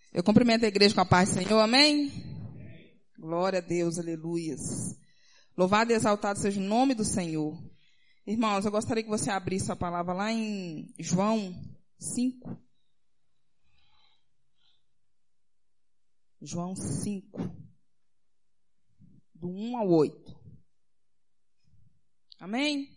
Eu cumprimento a igreja com a paz do Senhor, amém? Glória a Deus, aleluias. Louvado e exaltado seja o nome do Senhor. Irmãos, eu gostaria que você abrisse a palavra lá em João 5. João 5, do 1 ao 8. Amém?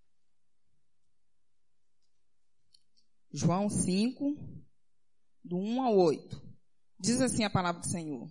João 5, do 1 ao 8. Diz assim a palavra do Senhor.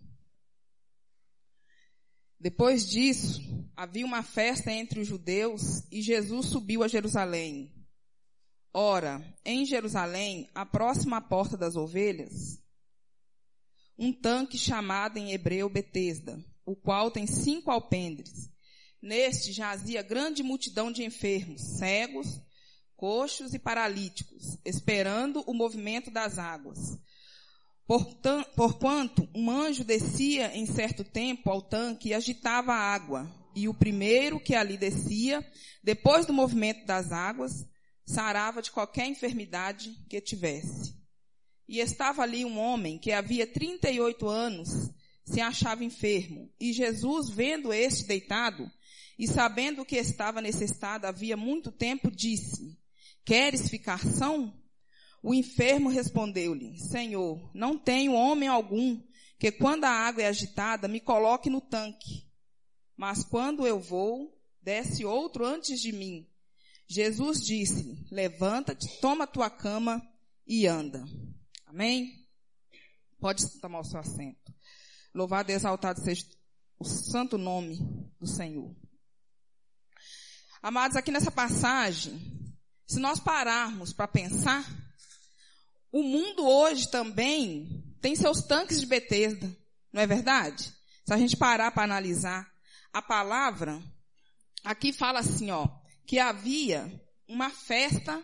Depois disso, havia uma festa entre os judeus e Jesus subiu a Jerusalém. Ora, em Jerusalém, à próxima porta das ovelhas, um tanque chamado em hebreu Betesda, o qual tem 5 alpendres. Neste jazia grande multidão de enfermos, cegos, coxos e paralíticos, esperando o movimento das águas. Porquanto um anjo descia em certo tempo ao tanque e agitava a água, e o primeiro que ali descia, depois do movimento das águas, sarava de qualquer enfermidade que tivesse. E estava ali um homem que havia 38 anos, se achava enfermo, e Jesus, vendo este deitado, e sabendo que estava nesse estado havia muito tempo, disse: Queres ficar são? O enfermo respondeu-lhe: Senhor, não tenho homem algum que quando a água é agitada me coloque no tanque. Mas quando eu vou, desce outro antes de mim. Jesus disse: Levanta-te, toma tua cama e anda. Amém? Pode tomar o seu assento. Louvado e exaltado seja o santo nome do Senhor. Amados, aqui nessa passagem, se nós pararmos para pensar, o mundo hoje também tem seus tanques de Betesda, não é verdade? Se a gente parar para analisar, a palavra aqui fala assim, que havia uma festa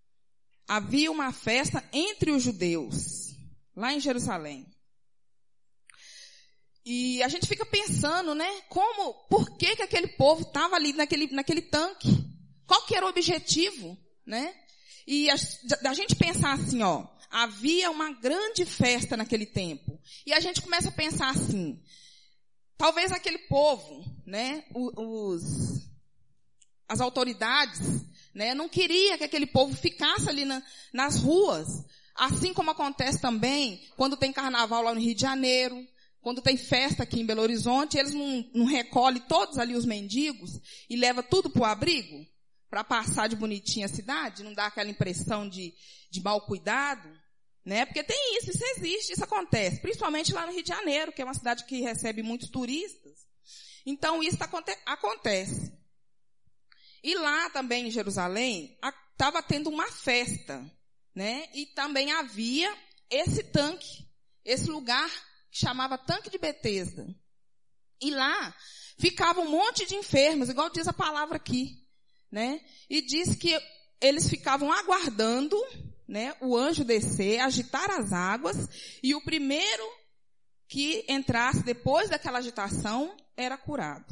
entre os judeus, lá em Jerusalém. E a gente fica pensando, né, por que aquele povo estava ali naquele tanque? Qual que era o objetivo, né? E a gente pensar assim, havia uma grande festa naquele tempo. E a gente começa a pensar assim, talvez aquele povo, né, as autoridades, né, não queria que aquele povo ficasse ali nas ruas. Assim como acontece também quando tem carnaval lá no Rio de Janeiro, quando tem festa aqui em Belo Horizonte, eles não recolhem todos ali os mendigos e levam tudo para o abrigo, para passar de bonitinha a cidade, não dá aquela impressão de mau cuidado, né? Porque tem isso existe, isso acontece, principalmente lá no Rio de Janeiro, que é uma cidade que recebe muitos turistas. Então isso acontece. E lá também em Jerusalém, estava tendo uma festa, né? E também havia esse tanque, esse lugar que chamava Tanque de Betesda. E lá ficava um monte de enfermos, igual diz a palavra aqui, né? E diz que eles ficavam aguardando, né, o anjo descer, agitar as águas, e o primeiro que entrasse depois daquela agitação era curado.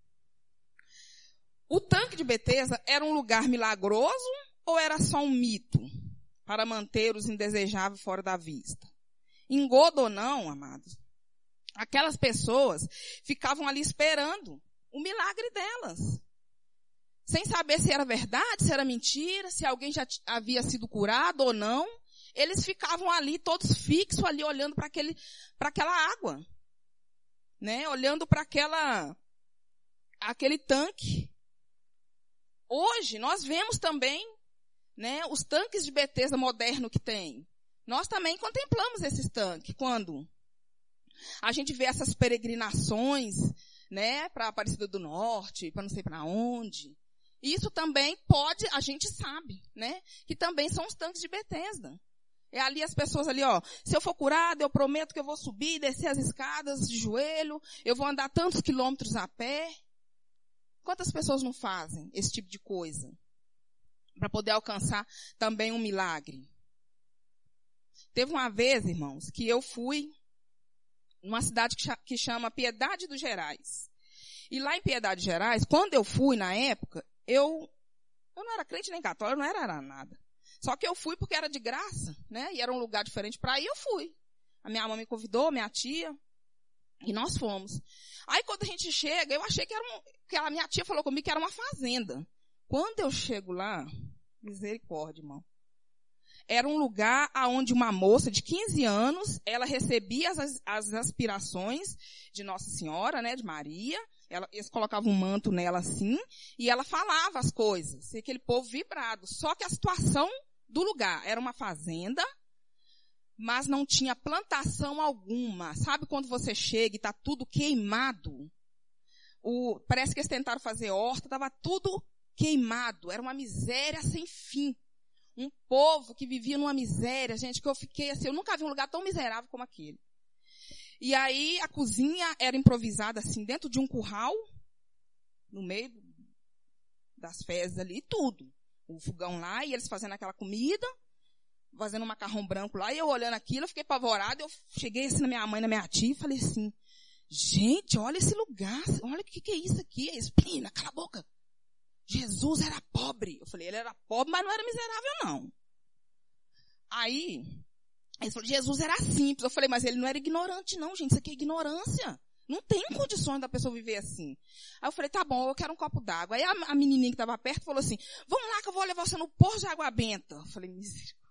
O tanque de Betesda era um lugar milagroso ou era só um mito para manter os indesejáveis fora da vista? Engodo ou não, amados, aquelas pessoas ficavam ali esperando o milagre delas, sem saber se era verdade, se era mentira, se alguém já havia sido curado ou não. Eles ficavam ali todos fixos, ali olhando para aquela água, né? Olhando para aquele tanque. Hoje nós vemos também, né, os tanques de Betesda moderno que tem. Nós também contemplamos esses tanques quando a gente vê essas peregrinações, né, para Aparecida do Norte, para não sei para onde. Isso também a gente sabe, né, que também são os tanques de Betesda. É ali as pessoas ali, se eu for curado, eu prometo que eu vou subir e descer as escadas de joelho, eu vou andar tantos quilômetros a pé. Quantas pessoas não fazem esse tipo de coisa para poder alcançar também um milagre? Teve uma vez, irmãos, que eu fui numa cidade que chama Piedade dos Gerais. E lá em Piedade dos Gerais, quando eu fui na época, eu não era crente nem católico, não era nada. Só que eu fui porque era de graça, né? E era um lugar diferente para ir, eu fui. A minha mãe me convidou, minha tia, e nós fomos. Aí quando a gente chega, eu achei que a minha tia falou comigo que era uma fazenda. Quando eu chego lá, misericórdia, irmão. Era um lugar onde uma moça de 15 anos, ela recebia as aspirações de Nossa Senhora, né, de Maria. Eles colocavam um manto nela assim, e ela falava as coisas. E aquele povo vibrado. Só que a situação do lugar era uma fazenda, mas não tinha plantação alguma. Sabe quando você chega e está tudo queimado? Parece que eles tentaram fazer horta, estava tudo queimado. Era uma miséria sem fim. Um povo que vivia numa miséria, gente, que eu fiquei assim, eu nunca vi um lugar tão miserável como aquele. E aí a cozinha era improvisada assim, dentro de um curral, no meio das fezes ali, tudo. O fogão lá, e eles fazendo aquela comida, fazendo um macarrão branco lá, e eu olhando aquilo, eu fiquei apavorada, eu cheguei assim na minha mãe, na minha tia, e falei assim, gente, olha esse lugar, olha o que é isso aqui, é isso, menina, cala a boca. Jesus era pobre. Eu falei, ele era pobre, mas não era miserável, não. Aí, ele falou, Jesus era simples. Eu falei, mas ele não era ignorante, não, gente. Isso aqui é ignorância. Não tem condições da pessoa viver assim. Aí eu falei, tá bom, eu quero um copo d'água. Aí a menininha que estava perto falou assim, vamos lá que eu vou levar você no poço de água benta. Eu falei, misericórdia.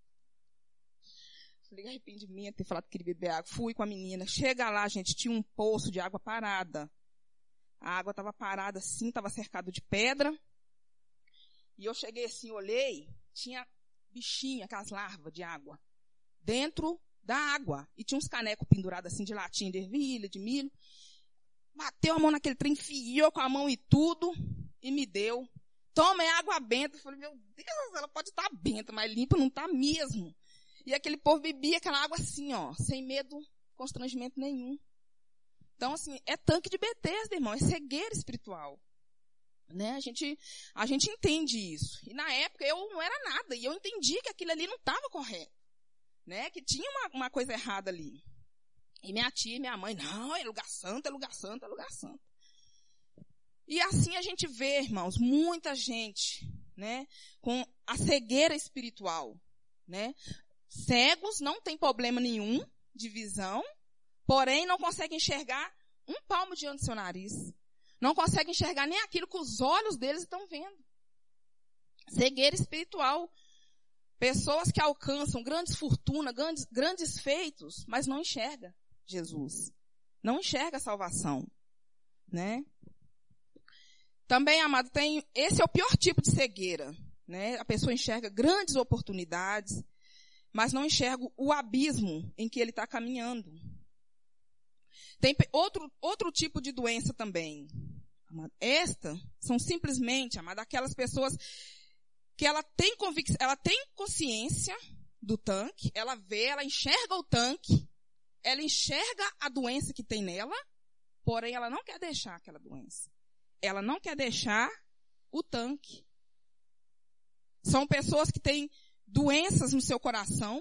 Falei, arrependimento, ter falado que queria beber água. Fui com a menina. Chega lá, gente, tinha um poço de água parada. A água estava parada assim, estava cercado de pedra. E eu cheguei assim, olhei, tinha bichinho, aquelas larvas de água, dentro da água. E tinha uns canecos pendurados assim de latinha de ervilha, de milho. Bateu a mão naquele trem, enfiou com a mão e tudo, e me deu. Toma, é água benta. Eu falei, meu Deus, ela pode estar benta, mas limpa não está mesmo. E aquele povo bebia aquela água assim, ó, sem medo, constrangimento nenhum. Então, assim, é tanque de Betesda, irmão, é cegueira espiritual. Né? A gente entende isso. E na época eu não era nada, e eu entendi que aquilo ali não estava correto. Né? Que tinha uma coisa errada ali. E minha tia e minha mãe, não, é lugar santo, é lugar santo, é lugar santo. E assim a gente vê, irmãos, muita gente, né, com a cegueira espiritual. Né? Cegos não tem problema nenhum de visão, porém, não consegue enxergar um palmo diante do seu nariz. Não consegue enxergar nem aquilo que os olhos deles estão vendo. Cegueira espiritual. Pessoas que alcançam grandes fortunas, grandes feitos, mas não enxerga Jesus. Não enxerga a salvação. Né? Também, amado, esse é o pior tipo de cegueira. Né? A pessoa enxerga grandes oportunidades, mas não enxerga o abismo em que ele está caminhando. Tem outro tipo de doença também. Esta são simplesmente, amada, aquelas pessoas que ela tem consciência do tanque, ela vê, ela enxerga o tanque, ela enxerga a doença que tem nela, porém ela não quer deixar aquela doença. Ela não quer deixar o tanque. São pessoas que têm doenças no seu coração,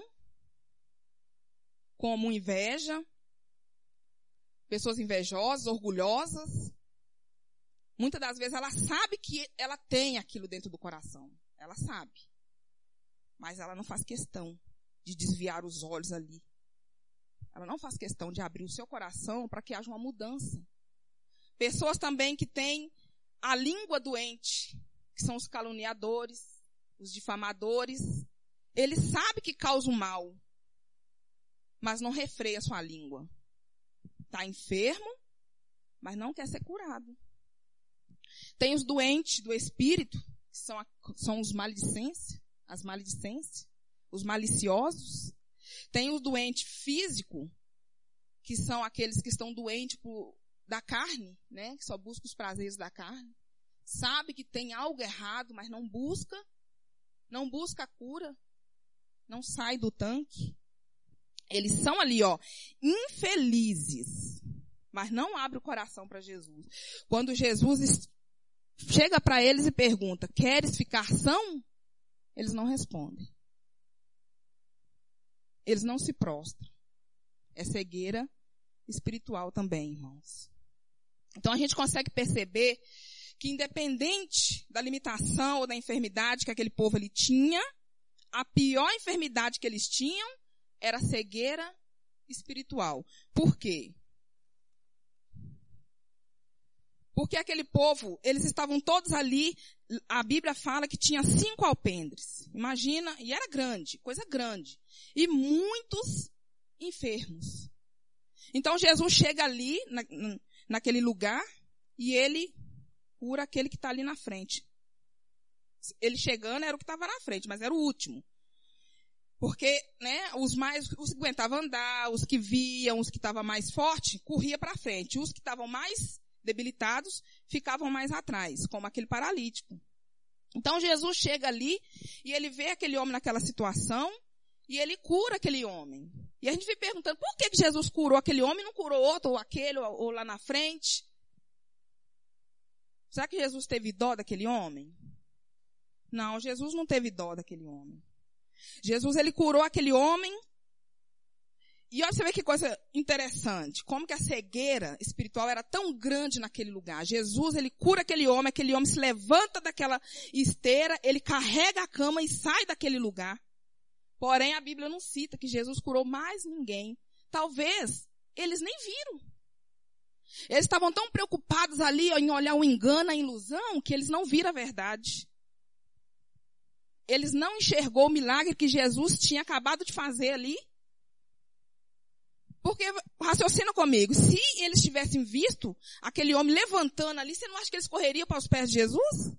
como inveja, pessoas invejosas, orgulhosas. Muitas das vezes ela sabe que ela tem aquilo dentro do coração. Ela sabe. Mas ela não faz questão de desviar os olhos ali. Ela não faz questão de abrir o seu coração para que haja uma mudança. Pessoas também que têm a língua doente, que são os caluniadores, os difamadores. Eles sabem que causam mal, mas não refreia sua língua. Está enfermo, mas não quer ser curado. Tem os doentes do espírito, que são os maledicentes, as maledicências, os maliciosos. Tem o doente físico, que são aqueles que estão doentes da carne, né? Que só buscam os prazeres da carne. Sabe que tem algo errado, mas não busca a cura, não sai do tanque. Eles são ali, ó, infelizes, mas não abre o coração para Jesus. Quando Jesus chega para eles e pergunta, queres ficar são? Eles não respondem. Eles não se prostram. É cegueira espiritual também, irmãos. Então a gente consegue perceber que independente da limitação ou da enfermidade que aquele povo ali tinha, a pior enfermidade que eles tinham era a cegueira espiritual. Por quê? Porque aquele povo, eles estavam todos ali, a Bíblia fala que tinha 5 alpendres. Imagina, e era grande, coisa grande. E muitos enfermos. Então Jesus chega ali, naquele lugar, e ele cura aquele que está ali na frente. Ele chegando era o que estava na frente, mas era o último. Porque, né, os que aguentavam andar, os que viam, os que estavam mais fortes, corria para frente. Os que estavam mais debilitados ficavam mais atrás, como aquele paralítico. Então Jesus chega ali e ele vê aquele homem naquela situação e ele cura aquele homem. E a gente fica perguntando, por que Jesus curou aquele homem e não curou outro, ou aquele, ou lá na frente? Será que Jesus teve dó daquele homem? Não, Jesus não teve dó daquele homem. Jesus, ele curou aquele homem. E olha, você vê que coisa interessante. Como que a cegueira espiritual era tão grande naquele lugar. Jesus, ele cura aquele homem se levanta daquela esteira, ele carrega a cama e sai daquele lugar. Porém, a Bíblia não cita que Jesus curou mais ninguém. Talvez eles nem viram. Eles estavam tão preocupados ali em olhar o engano, a ilusão, que eles não viram a verdade. Eles não enxergou o milagre que Jesus tinha acabado de fazer ali. Porque, raciocina comigo, se eles tivessem visto aquele homem levantando ali, você não acha que eles correriam para os pés de Jesus?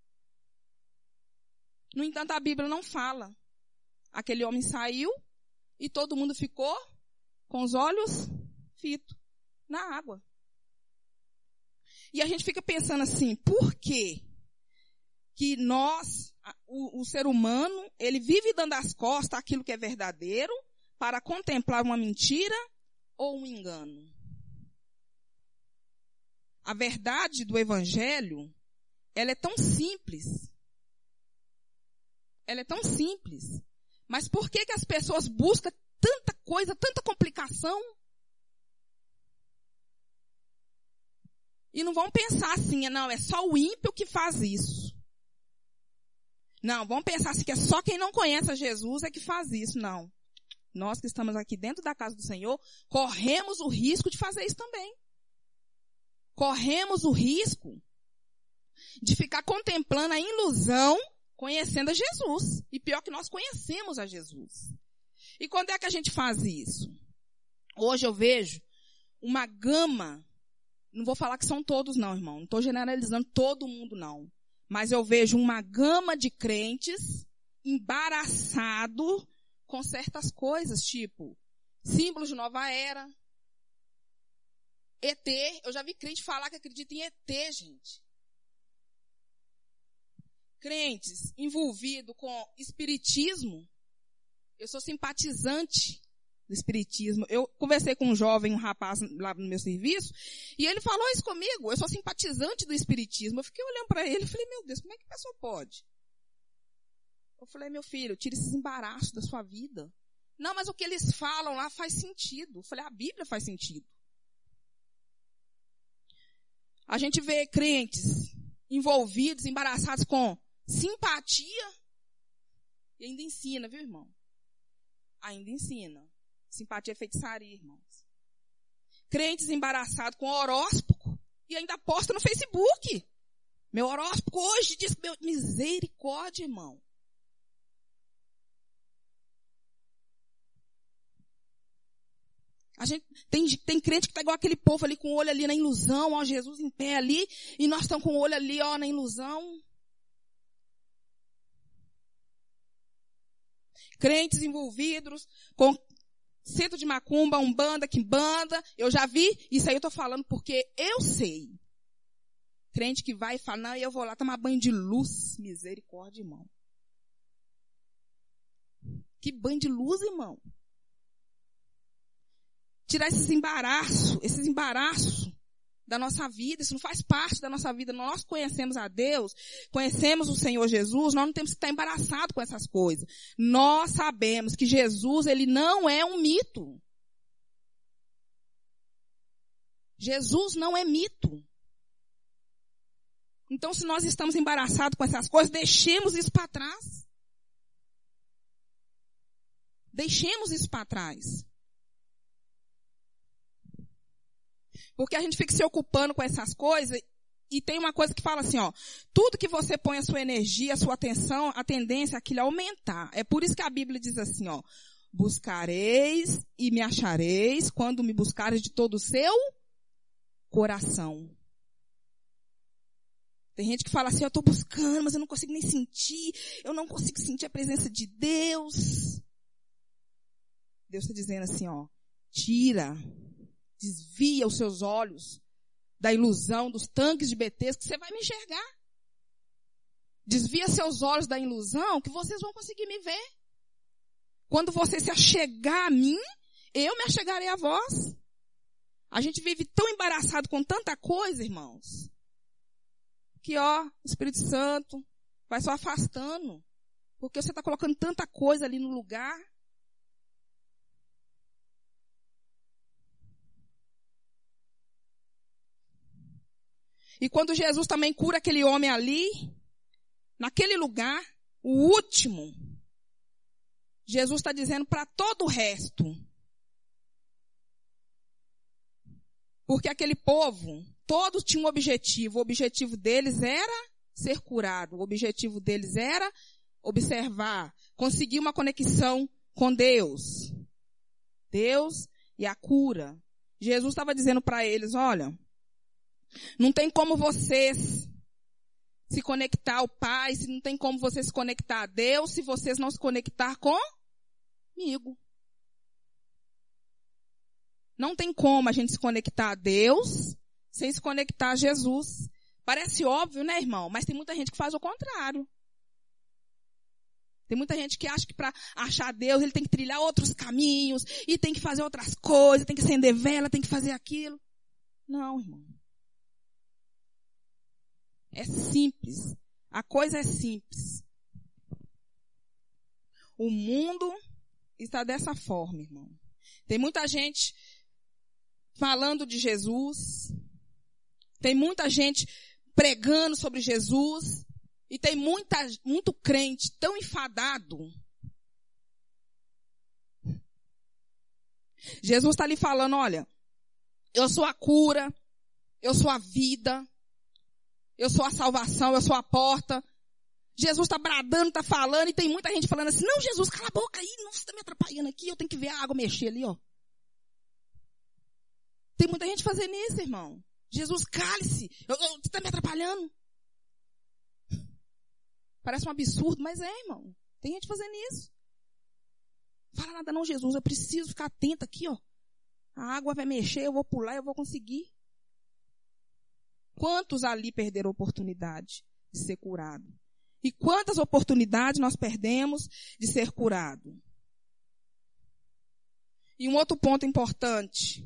No entanto, a Bíblia não fala. Aquele homem saiu e todo mundo ficou com os olhos fitos na água. E a gente fica pensando assim, por quê? Que nós, o ser humano, ele vive dando as costas àquilo que é verdadeiro para contemplar uma mentira ou um engano. A verdade do Evangelho, ela é tão simples. Ela é tão simples. Mas por que as pessoas buscam tanta coisa, tanta complicação? E não vão pensar assim, não, é só o ímpio que faz isso. Não, vamos pensar assim que é só quem não conhece a Jesus é que faz isso. Não. Nós que estamos aqui dentro da casa do Senhor, corremos o risco de fazer isso também. Corremos o risco de ficar contemplando a ilusão, conhecendo a Jesus. E pior que nós conhecemos a Jesus. E quando é que a gente faz isso? Hoje eu vejo uma gama, não vou falar que são todos não, irmão, não estou generalizando todo mundo não. Mas eu vejo uma gama de crentes embaraçado com certas coisas, tipo símbolos de nova era, ET. Eu já vi crente falar que acredita em ET, gente. Crentes envolvidos com espiritismo. Eu sou simpatizante do espiritismo. Eu conversei com um jovem, um rapaz lá no meu serviço, e ele falou isso comigo. Eu sou simpatizante do espiritismo. Eu fiquei olhando para ele e falei, meu Deus, como é que a pessoa pode? Eu falei, meu filho, tira esses embaraços da sua vida. Não, mas o que eles falam lá faz sentido. Eu falei, a Bíblia faz sentido. A gente vê crentes envolvidos, embaraçados com simpatia e ainda ensina, viu, irmão? Ainda ensina. Simpatia é feitiçaria, irmãos. Crentes embaraçados com horóscopo e ainda posta no Facebook. Meu horóscopo hoje diz, meu, misericórdia, irmão. A gente tem crente que tá igual aquele povo ali com o olho ali na ilusão, ó, Jesus em pé ali, e nós estamos com o olho ali, ó, na ilusão. Crentes envolvidos com centro de macumba, umbanda, quimbanda. Eu já vi, isso aí eu tô falando porque eu sei. Crente que vai e fala, não, eu vou lá tomar banho de luz. Misericórdia, irmão. Que banho de luz, irmão. Tirar esses embaraços da nossa vida. Isso não faz parte da nossa vida. Nós conhecemos a Deus, conhecemos o Senhor Jesus, nós não temos que estar embaraçados com essas coisas. Nós sabemos que Jesus, ele não é um mito. Jesus não é mito. Então, se nós estamos embaraçados com essas coisas, deixemos isso para trás. Deixemos isso para trás. Porque a gente fica se ocupando com essas coisas e tem uma coisa que fala assim, ó, tudo que você põe a sua energia, a sua atenção, a tendência é aquilo aumentar. É por isso que a Bíblia diz assim, ó, buscareis e me achareis quando me buscareis de todo o seu coração. Tem gente que fala assim, eu estou buscando, mas eu não consigo nem sentir, eu não consigo sentir a presença de Deus. Deus está dizendo assim, ó, desvia os seus olhos da ilusão dos tanques de Betesda, que você vai me enxergar. Desvia seus olhos da ilusão, que vocês vão conseguir me ver. Quando você se achegar a mim, eu me achegarei a vós. A gente vive tão embaraçado com tanta coisa, irmãos, que ó, o Espírito Santo vai só afastando. Porque você está colocando tanta coisa ali no lugar. E quando Jesus também cura aquele homem ali, naquele lugar, o último, Jesus está dizendo para todo o resto. Porque aquele povo, todos tinham um objetivo. O objetivo deles era ser curado. O objetivo deles era observar, conseguir uma conexão com Deus. Deus e a cura. Jesus estava dizendo para eles, olha, não tem como vocês se conectar ao Pai, não tem como vocês se conectar a Deus se vocês não se conectar comigo. Não tem como a gente se conectar a Deus sem se conectar a Jesus. Parece óbvio, né, irmão? Mas tem muita gente que faz o contrário. Tem muita gente que acha que para achar Deus ele tem que trilhar outros caminhos e tem que fazer outras coisas, tem que acender vela, tem que fazer aquilo. Não, irmão. É simples. A coisa é simples. O mundo está dessa forma, irmão. Tem muita gente falando de Jesus. Tem muita gente pregando sobre Jesus. E tem muito crente tão enfadado. Jesus está ali falando, olha, eu sou a cura, eu sou a vida, eu sou a salvação, eu sou a porta. Jesus está bradando, está falando, e tem muita gente falando assim, não, Jesus, cala a boca aí, não, você está me atrapalhando aqui, eu tenho que ver a água mexer ali, ó. Tem muita gente fazendo isso, irmão. Jesus, cale-se, você está me atrapalhando. Parece um absurdo, mas é, irmão. Tem gente fazendo isso. Fala nada não, Jesus, eu preciso ficar atento aqui, ó. A água vai mexer, eu vou pular, eu vou conseguir. Quantos ali perderam a oportunidade de ser curado? E quantas oportunidades nós perdemos de ser curado? E um outro ponto importante.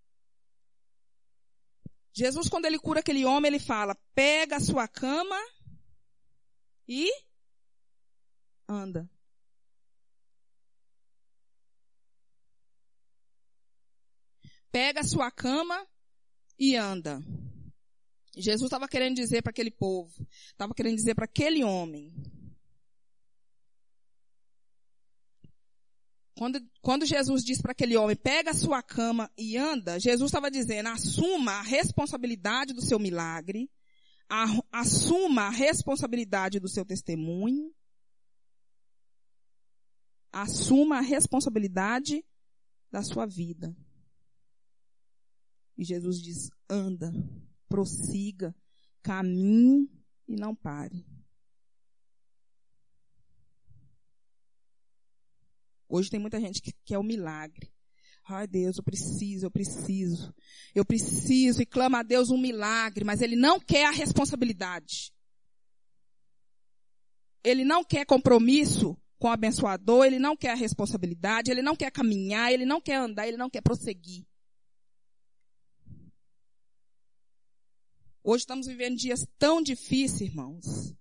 Jesus, quando ele cura aquele homem, ele fala, pega a sua cama e anda. Pega a sua cama e anda. Jesus estava querendo dizer para aquele povo, estava querendo dizer para aquele homem. Quando Jesus disse para aquele homem, pega a sua cama e anda, Jesus estava dizendo, assuma a responsabilidade do seu milagre, assuma a responsabilidade do seu testemunho, assuma a responsabilidade da sua vida. E Jesus diz, anda, prossiga, caminhe e não pare. Hoje tem muita gente que quer o milagre. Ai Deus, eu preciso e clama a Deus um milagre, mas ele não quer a responsabilidade. Ele não quer compromisso com o abençoador, ele não quer a responsabilidade, ele não quer caminhar, ele não quer andar, ele não quer prosseguir. Hoje estamos vivendo dias tão difíceis, irmãos.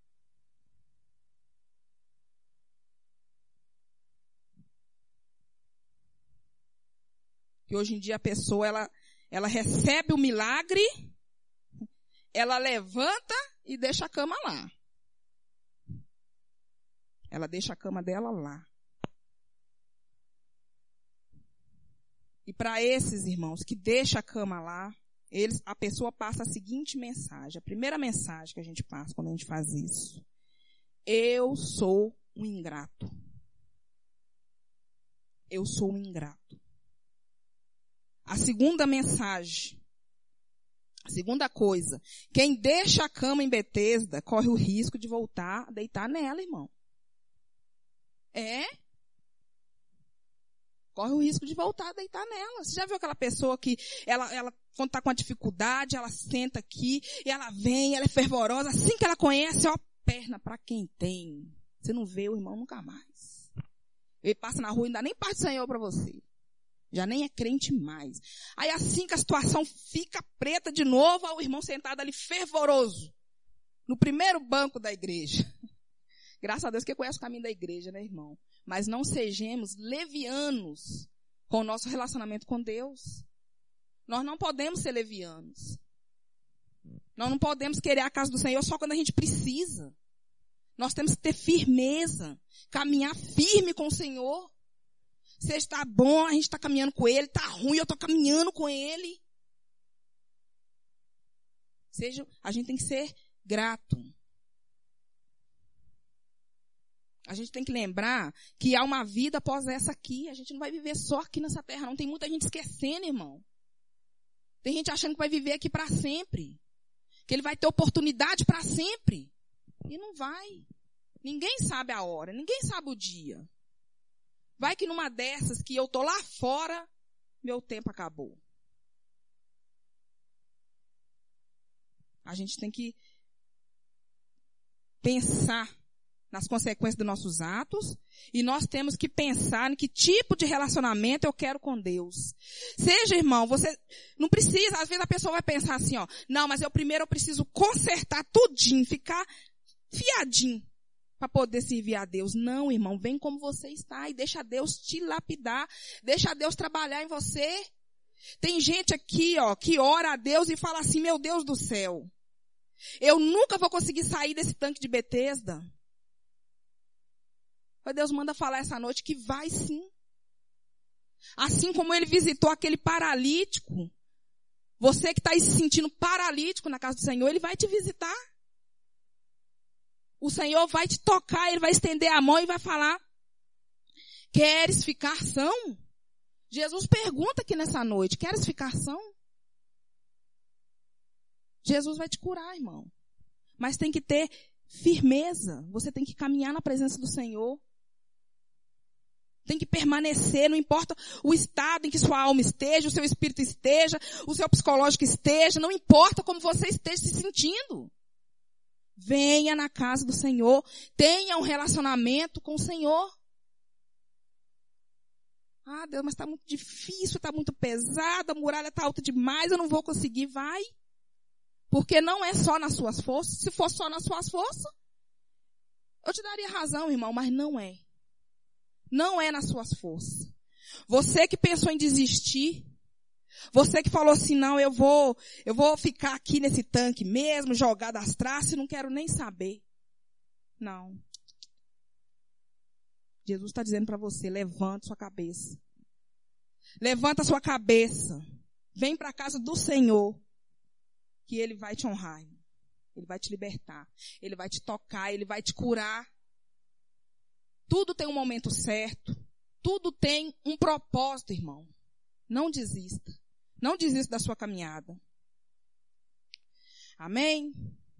Que hoje em dia a pessoa, ela recebe o milagre, ela levanta e deixa a cama lá. Ela deixa a cama dela lá. E para esses irmãos que deixam a cama lá, a pessoa passa a seguinte mensagem. A primeira mensagem que a gente passa quando a gente faz isso. Eu sou um ingrato. Eu sou um ingrato. A segunda mensagem. A segunda coisa. Quem deixa a cama em Betesda corre o risco de voltar a deitar nela, irmão. Corre o risco de voltar a deitar nela. Você já viu aquela pessoa que ela quando está com uma dificuldade, ela senta aqui, e ela vem, ela é fervorosa. Assim que ela conhece, ó, perna para quem tem. Você não vê o irmão nunca mais. Ele passa na rua e não dá nem paz do Senhor para você. Já nem é crente mais. Aí assim que a situação fica preta de novo, ó, o irmão sentado ali fervoroso. No primeiro banco da igreja. Graças a Deus que conhece o caminho da igreja, né, irmão? Mas não sejamos levianos com o nosso relacionamento com Deus. Nós não podemos ser levianos. Nós não podemos querer a casa do Senhor só quando a gente precisa. Nós temos que ter firmeza, caminhar firme com o Senhor. Se está bom, a gente está caminhando com Ele. Está ruim, eu estou caminhando com Ele. A gente tem que ser grato. A gente tem que lembrar que há uma vida após essa aqui. A gente não vai viver só aqui nessa terra, não. Tem muita gente esquecendo, irmão. Tem gente achando que vai viver aqui para sempre. Que ele vai ter oportunidade para sempre. E não vai. Ninguém sabe a hora, ninguém sabe o dia. Vai que numa dessas que eu tô lá fora, meu tempo acabou. A gente tem que pensar nas consequências dos nossos atos, e nós temos que pensar em que tipo de relacionamento eu quero com Deus. Seja, irmão, você não precisa, às vezes a pessoa vai pensar assim, ó, não, mas eu preciso consertar tudinho, ficar fiadinho para poder servir a Deus. Não, irmão, vem como você está e deixa Deus te lapidar, deixa Deus trabalhar em você. Tem gente aqui, ó, que ora a Deus e fala assim, meu Deus do céu, eu nunca vou conseguir sair desse tanque de Betesda. Mas Deus manda falar essa noite que vai sim. Assim como Ele visitou aquele paralítico, você que está aí se sentindo paralítico na casa do Senhor, Ele vai te visitar. O Senhor vai te tocar, Ele vai estender a mão e vai falar, queres ficar são? Jesus pergunta aqui nessa noite, queres ficar são? Jesus vai te curar, irmão. Mas tem que ter firmeza. Você tem que caminhar na presença do Senhor. Tem que permanecer, não importa o estado em que sua alma esteja, o seu espírito esteja, o seu psicológico esteja, não importa como você esteja se sentindo. Venha na casa do Senhor, tenha um relacionamento com o Senhor. Ah, Deus, mas está muito difícil, está muito pesado, a muralha está alta demais, eu não vou conseguir. Vai. Porque não é só nas suas forças. Se fosse só nas suas forças, eu te daria razão, irmão, mas não é. Não é nas suas forças. Você que pensou em desistir, você que falou assim, não, eu vou ficar aqui nesse tanque mesmo, jogado às traças, e não quero nem saber. Não. Jesus está dizendo para você, levanta sua cabeça. Levanta sua cabeça. Vem para a casa do Senhor, que Ele vai te honrar. Ele vai te libertar. Ele vai te tocar, Ele vai te curar. Tudo tem um momento certo. Tudo tem um propósito, irmão. Não desista. Não desista da sua caminhada. Amém?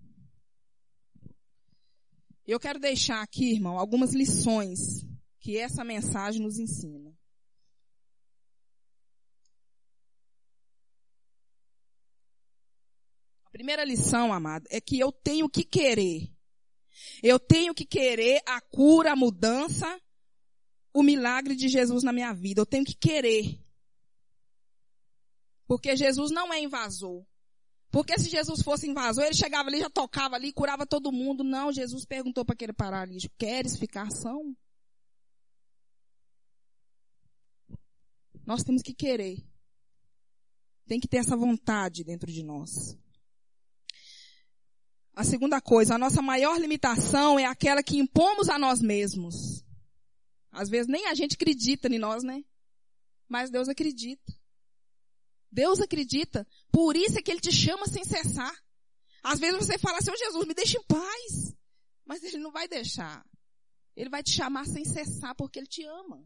Eu quero deixar aqui, irmão, algumas lições que essa mensagem nos ensina. A primeira lição, amado, é que eu tenho que querer. Eu tenho que querer a cura, a mudança, o milagre de Jesus na minha vida. Eu tenho que querer. Porque Jesus não é invasor. Porque se Jesus fosse invasor, Ele chegava ali, já tocava ali, curava todo mundo. Não, Jesus perguntou para aquele paralítico, queres ficar são? Nós temos que querer. Tem que ter essa vontade dentro de nós. A segunda coisa, a nossa maior limitação é aquela que impomos a nós mesmos. Às vezes nem a gente acredita em nós, né? Mas Deus acredita. Deus acredita. Por isso é que Ele te chama sem cessar. Às vezes você fala assim, Jesus, me deixa em paz. Mas Ele não vai deixar. Ele vai te chamar sem cessar porque Ele te ama.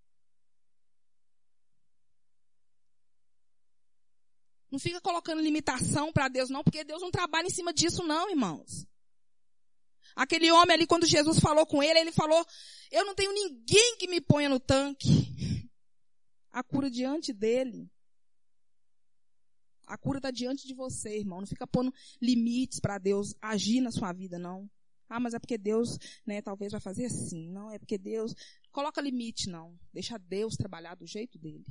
Não fica colocando limitação para Deus não, porque Deus não trabalha em cima disso não, irmãos. Aquele homem ali, quando Jesus falou com ele, ele falou, eu não tenho ninguém que me ponha no tanque. A cura diante dele. A cura está diante de você, irmão. Não fica pondo limites para Deus agir na sua vida, não. Ah, mas é porque Deus, né, talvez vai fazer assim. Não, é porque Deus... Coloca limite, não. Deixa Deus trabalhar do jeito dele.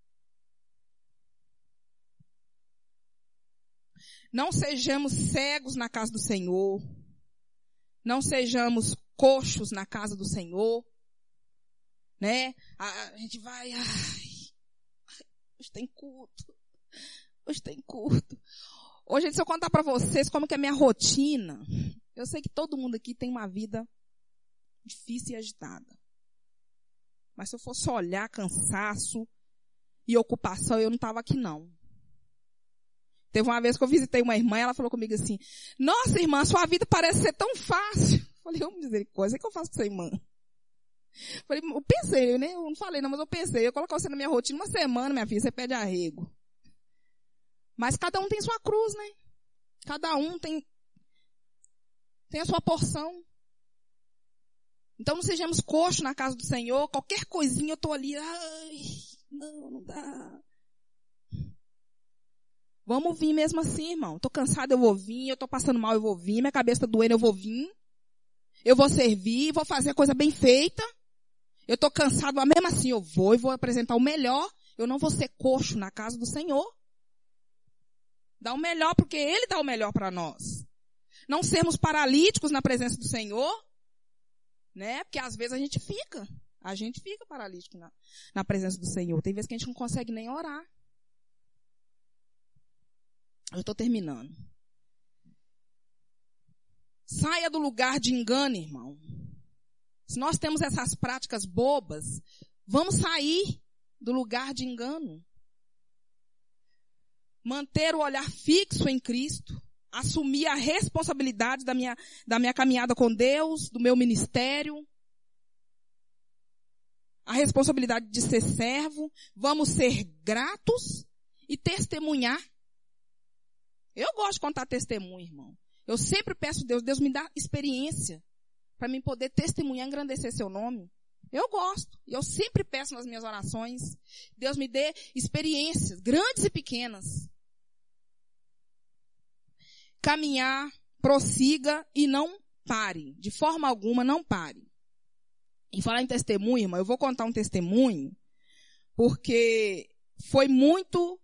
Não sejamos cegos na casa do Senhor. Não sejamos coxos na casa do Senhor. Né? A gente vai... hoje tem culto. Hoje tem culto. Hoje, se eu contar para vocês como que é a minha rotina, eu sei que todo mundo aqui tem uma vida difícil e agitada. Mas se eu fosse olhar cansaço e ocupação, eu não estava aqui não. Teve uma vez que eu visitei uma irmã, ela falou comigo assim, nossa irmã, sua vida parece ser tão fácil. Eu falei, misericórdia, o que eu faço com essa irmã? Eu falei, eu pensei, né? Eu não falei não, mas eu pensei, eu colocar você na minha rotina uma semana, minha filha, você pede arrego. Mas cada um tem sua cruz, né? Cada um tem a sua porção. Então não sejamos coxos na casa do Senhor, qualquer coisinha eu tô ali, não dá. Vamos vir mesmo assim, irmão. Tô cansado, eu vou vir. Eu tô passando mal, eu vou vir. Minha cabeça tá doendo, eu vou vir. Eu vou servir, vou fazer a coisa bem feita. Eu tô cansado, mas mesmo assim eu vou e vou apresentar o melhor. Eu não vou ser coxo na casa do Senhor. Dá o melhor, porque Ele dá o melhor para nós. Não sermos paralíticos na presença do Senhor, né? Porque às vezes a gente fica paralítico na presença do Senhor. Tem vezes que a gente não consegue nem orar. Eu estou terminando. Saia do lugar de engano, irmão. Se nós temos essas práticas bobas, vamos sair do lugar de engano. Manter o olhar fixo em Cristo. Assumir a responsabilidade da minha caminhada com Deus, do meu ministério. A responsabilidade de ser servo. Vamos ser gratos e testemunhar. Eu gosto de contar testemunho, irmão. Eu sempre peço a Deus me dá experiência para mim poder testemunhar e engrandecer seu nome. Eu gosto. E eu sempre peço nas minhas orações, Deus me dê experiências, grandes e pequenas. Caminhar, prossiga e não pare. De forma alguma, não pare. E falar em testemunho, irmão, eu vou contar um testemunho, porque foi muito...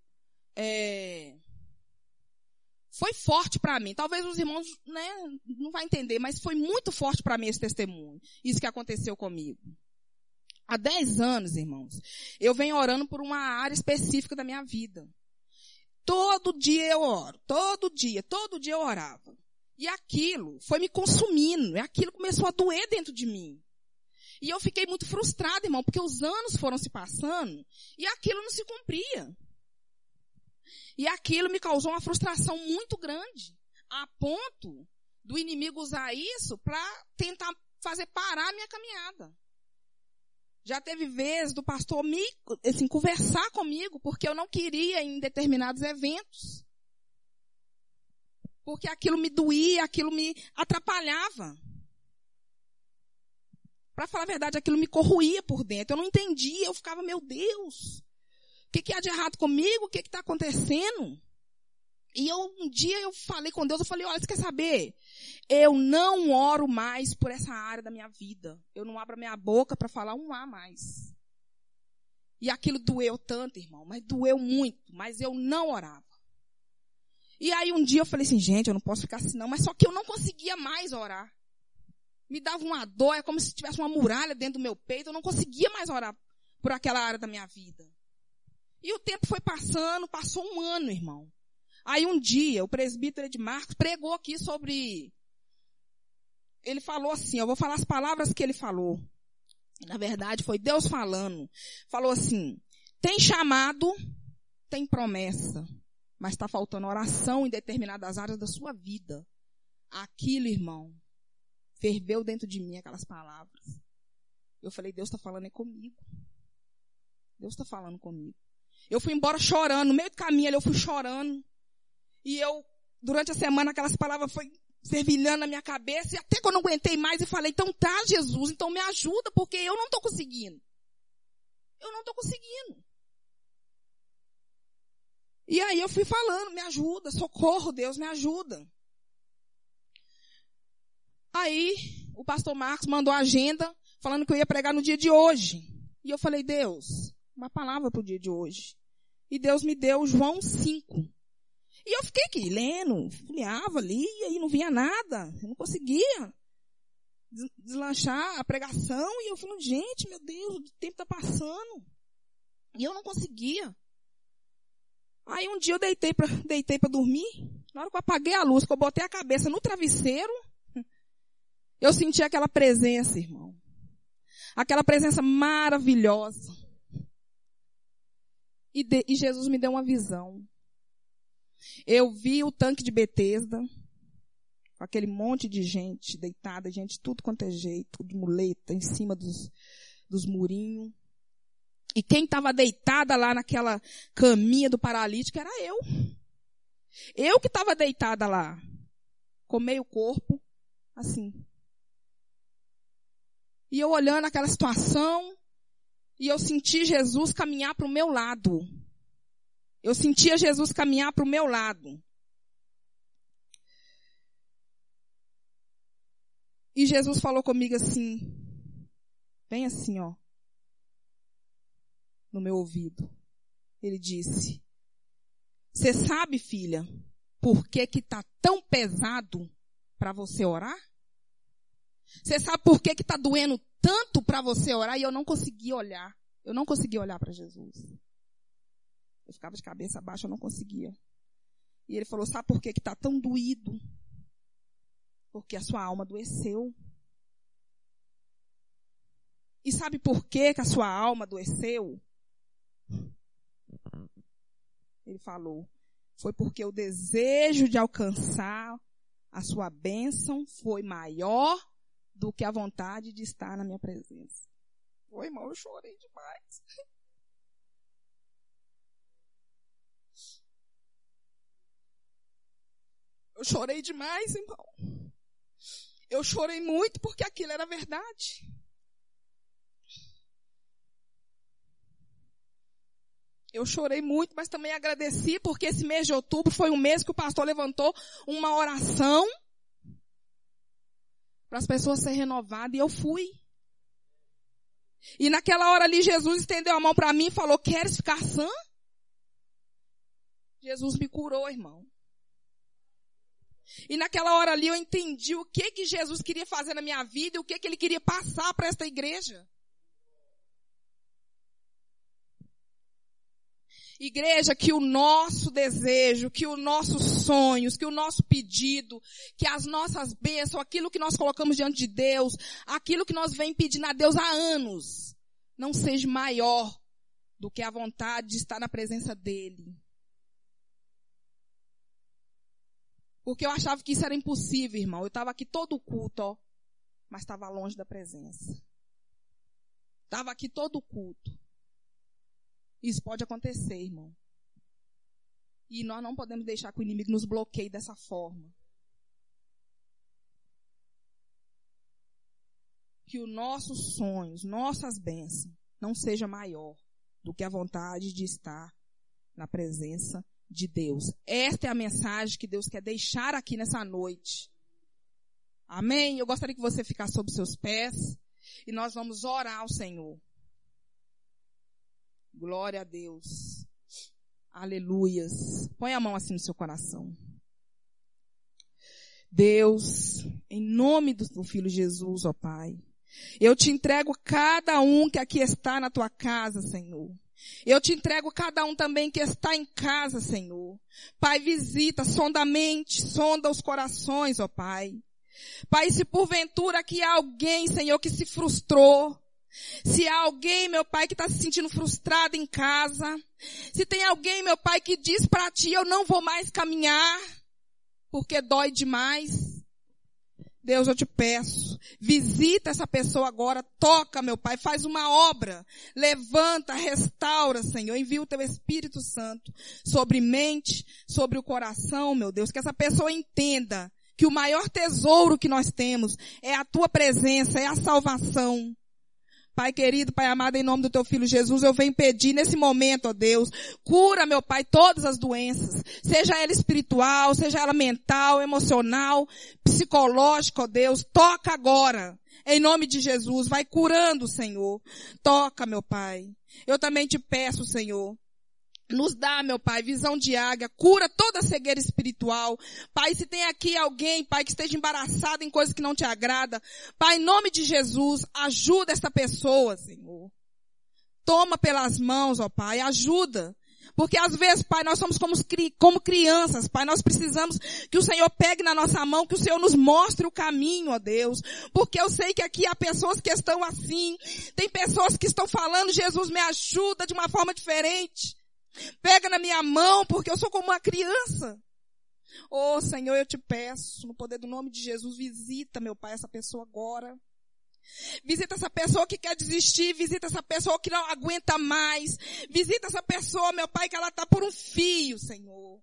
Foi forte para mim. Talvez os irmãos, né, não vão entender, mas foi muito forte para mim esse testemunho. Isso que aconteceu comigo. Há 10 anos, irmãos, eu venho orando por uma área específica da minha vida. Todo dia eu oro. Todo dia eu orava. E aquilo foi me consumindo. E aquilo começou a doer dentro de mim. E eu fiquei muito frustrada, irmão, porque os anos foram se passando e aquilo não se cumpria. E aquilo me causou uma frustração muito grande, a ponto do inimigo usar isso para tentar fazer parar a minha caminhada. Já teve vezes do pastor conversar comigo, porque eu não queria ir em determinados eventos. Porque aquilo me doía, aquilo me atrapalhava. Para falar a verdade, aquilo me corroía por dentro. Eu não entendia, eu ficava, meu Deus... O que há de errado comigo? O que está acontecendo? E um dia eu falei com Deus, eu falei, olha, você quer saber? Eu não oro mais por essa área da minha vida. Eu não abro a minha boca para falar um A mais. E aquilo doeu tanto, irmão, mas doeu muito, mas eu não orava. E aí um dia eu falei assim, gente, eu não posso ficar assim não, mas só que eu não conseguia mais orar. Me dava uma dor, é como se tivesse uma muralha dentro do meu peito, eu não conseguia mais orar por aquela área da minha vida. E o tempo foi passando, passou um ano, irmão. Aí um dia, o presbítero de Marcos pregou aqui sobre... Ele falou assim, eu vou falar as palavras que ele falou. Na verdade, foi Deus falando. Falou assim, Tem chamado, tem promessa, mas está faltando oração em determinadas áreas da sua vida. Aquilo, irmão, ferveu dentro de mim aquelas palavras. Eu falei, Deus está falando comigo. Deus está falando comigo. Eu fui embora chorando, no meio do caminho ali eu fui chorando. E eu, durante a semana, aquelas palavras foi fervilhando na minha cabeça. E até que eu não aguentei mais e falei, então tá, Jesus, então me ajuda, porque eu não estou conseguindo. Eu não estou conseguindo. E aí eu fui falando, me ajuda, socorro, Deus, me ajuda. Aí o pastor Marcos mandou a agenda falando que eu ia pregar no dia de hoje. E eu falei, Deus, uma palavra para o dia de hoje. E Deus me deu João 5. E eu fiquei aqui lendo, folheava ali, e aí não vinha nada. Eu não conseguia deslanchar a pregação. E eu falei, gente, meu Deus, o tempo está passando. E eu não conseguia. Aí um dia eu deitei para dormir. Na hora que eu apaguei a luz, que eu botei a cabeça no travesseiro, eu senti aquela presença, irmão. Aquela presença maravilhosa. E Jesus me deu uma visão. Eu vi o tanque de Betesda, com aquele monte de gente deitada, gente tudo quanto é jeito, de muleta, em cima dos murinhos. E quem estava deitada lá naquela caminha do paralítico era eu. Eu que estava deitada lá, com meio corpo, assim. E eu olhando aquela situação, e eu senti Jesus caminhar para o meu lado. Eu sentia Jesus caminhar para o meu lado. E Jesus falou comigo assim, bem assim, ó, no meu ouvido. Ele disse, você sabe, filha, por que está tão pesado para você orar? Você sabe por que está doendo tanto para você orar? E eu não conseguia olhar. Eu não conseguia olhar para Jesus. Eu ficava de cabeça baixa, eu não conseguia. E ele falou, sabe por que está tão doído? Porque a sua alma adoeceu. E sabe por que a sua alma adoeceu? Ele falou, foi porque o desejo de alcançar a sua bênção foi maior do que a vontade de estar na minha presença. Ô, irmão, eu chorei demais. Eu chorei demais, irmão. Eu chorei muito porque aquilo era verdade. Eu chorei muito, mas também agradeci porque esse mês de outubro foi um mês que o pastor levantou uma oração para as pessoas serem renovadas, e eu fui. E naquela hora ali, Jesus estendeu a mão para mim e falou, queres ficar sã? Jesus me curou, irmão. E naquela hora ali eu entendi o que Jesus queria fazer na minha vida e o que ele queria passar para esta igreja. Igreja, que o nosso desejo, que os nossos sonhos, que o nosso pedido, que as nossas bênçãos, aquilo que nós colocamos diante de Deus, aquilo que nós vem pedindo a Deus há anos, não seja maior do que a vontade de estar na presença dEle. Porque eu achava que isso era impossível, irmão. Eu estava aqui todo culto, ó, mas estava longe da presença. Estava aqui todo culto. Isso pode acontecer, irmão. E nós não podemos deixar que o inimigo nos bloqueie dessa forma. Que os nossos sonhos, nossas bênçãos, não seja maior do que a vontade de estar na presença de Deus. Esta é a mensagem que Deus quer deixar aqui nessa noite. Amém? Eu gostaria que você ficasse sobre seus pés e nós vamos orar ao Senhor. Glória a Deus. Aleluias. Põe a mão assim no seu coração. Deus, em nome do Filho Jesus, ó Pai, eu te entrego cada um que aqui está na tua casa, Senhor. Eu te entrego cada um também que está em casa, Senhor. Pai, visita, sonda a mente, sonda os corações, ó Pai. Pai, se porventura aqui há alguém, Senhor, que se frustrou, Se há alguém, meu Pai, que está se sentindo frustrado em casa, se tem alguém, meu Pai, que diz para ti, eu não vou mais caminhar, porque dói demais. Deus, eu te peço, visita essa pessoa agora, toca, meu Pai, faz uma obra, levanta, restaura, Senhor, envia o teu Espírito Santo sobre mente, sobre o coração, meu Deus, que essa pessoa entenda que o maior tesouro que nós temos é a tua presença, é a salvação. Pai querido, Pai amado, em nome do teu Filho Jesus, eu venho pedir nesse momento, ó Deus, cura, meu Pai, todas as doenças, seja ela espiritual, seja ela mental, emocional, psicológica, ó Deus, toca agora, em nome de Jesus, vai curando, Senhor, toca, meu Pai. Eu também te peço, Senhor, nos dá, meu Pai, visão de águia, cura toda a cegueira espiritual. Pai, se tem aqui alguém, Pai, que esteja embaraçado em coisas que não te agrada, Pai, em nome de Jesus, ajuda esta pessoa, Senhor. Toma pelas mãos, ó Pai, ajuda. Porque às vezes, Pai, nós somos como crianças, Pai, nós precisamos que o Senhor pegue na nossa mão, que o Senhor nos mostre o caminho, ó Deus. Porque eu sei que aqui há pessoas que estão assim, tem pessoas que estão falando, Jesus me ajuda de uma forma diferente. Pega na minha mão, porque eu sou como uma criança. Oh, Senhor, eu te peço, no poder do nome de Jesus, visita, meu Pai, essa pessoa agora. Visita essa pessoa que quer desistir, visita essa pessoa que não aguenta mais. Visita essa pessoa, meu Pai, que ela está por um fio, Senhor.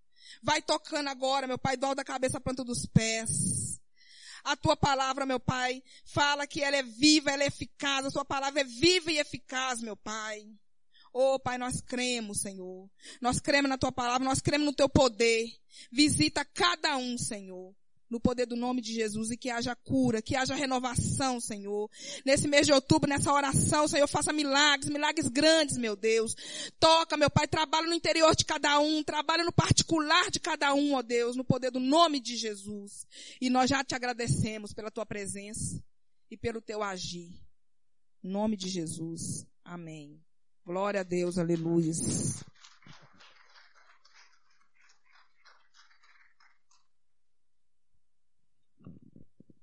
Vai tocando agora, meu Pai, do alto da cabeça à planta dos pés. A tua palavra, meu Pai, fala que ela é viva, ela é eficaz. A tua palavra é viva e eficaz, meu Pai. Oh, Pai, nós cremos, Senhor. Nós cremos na tua palavra, nós cremos no teu poder. Visita cada um, Senhor, no poder do nome de Jesus, e que haja cura, que haja renovação, Senhor. Nesse mês de outubro, nessa oração, Senhor, faça milagres, milagres grandes, meu Deus. Toca, meu Pai, trabalha no interior de cada um, trabalha no particular de cada um, ó Deus, no poder do nome de Jesus. E nós já te agradecemos pela tua presença e pelo teu agir. Em nome de Jesus. Amém. Glória a Deus, aleluia.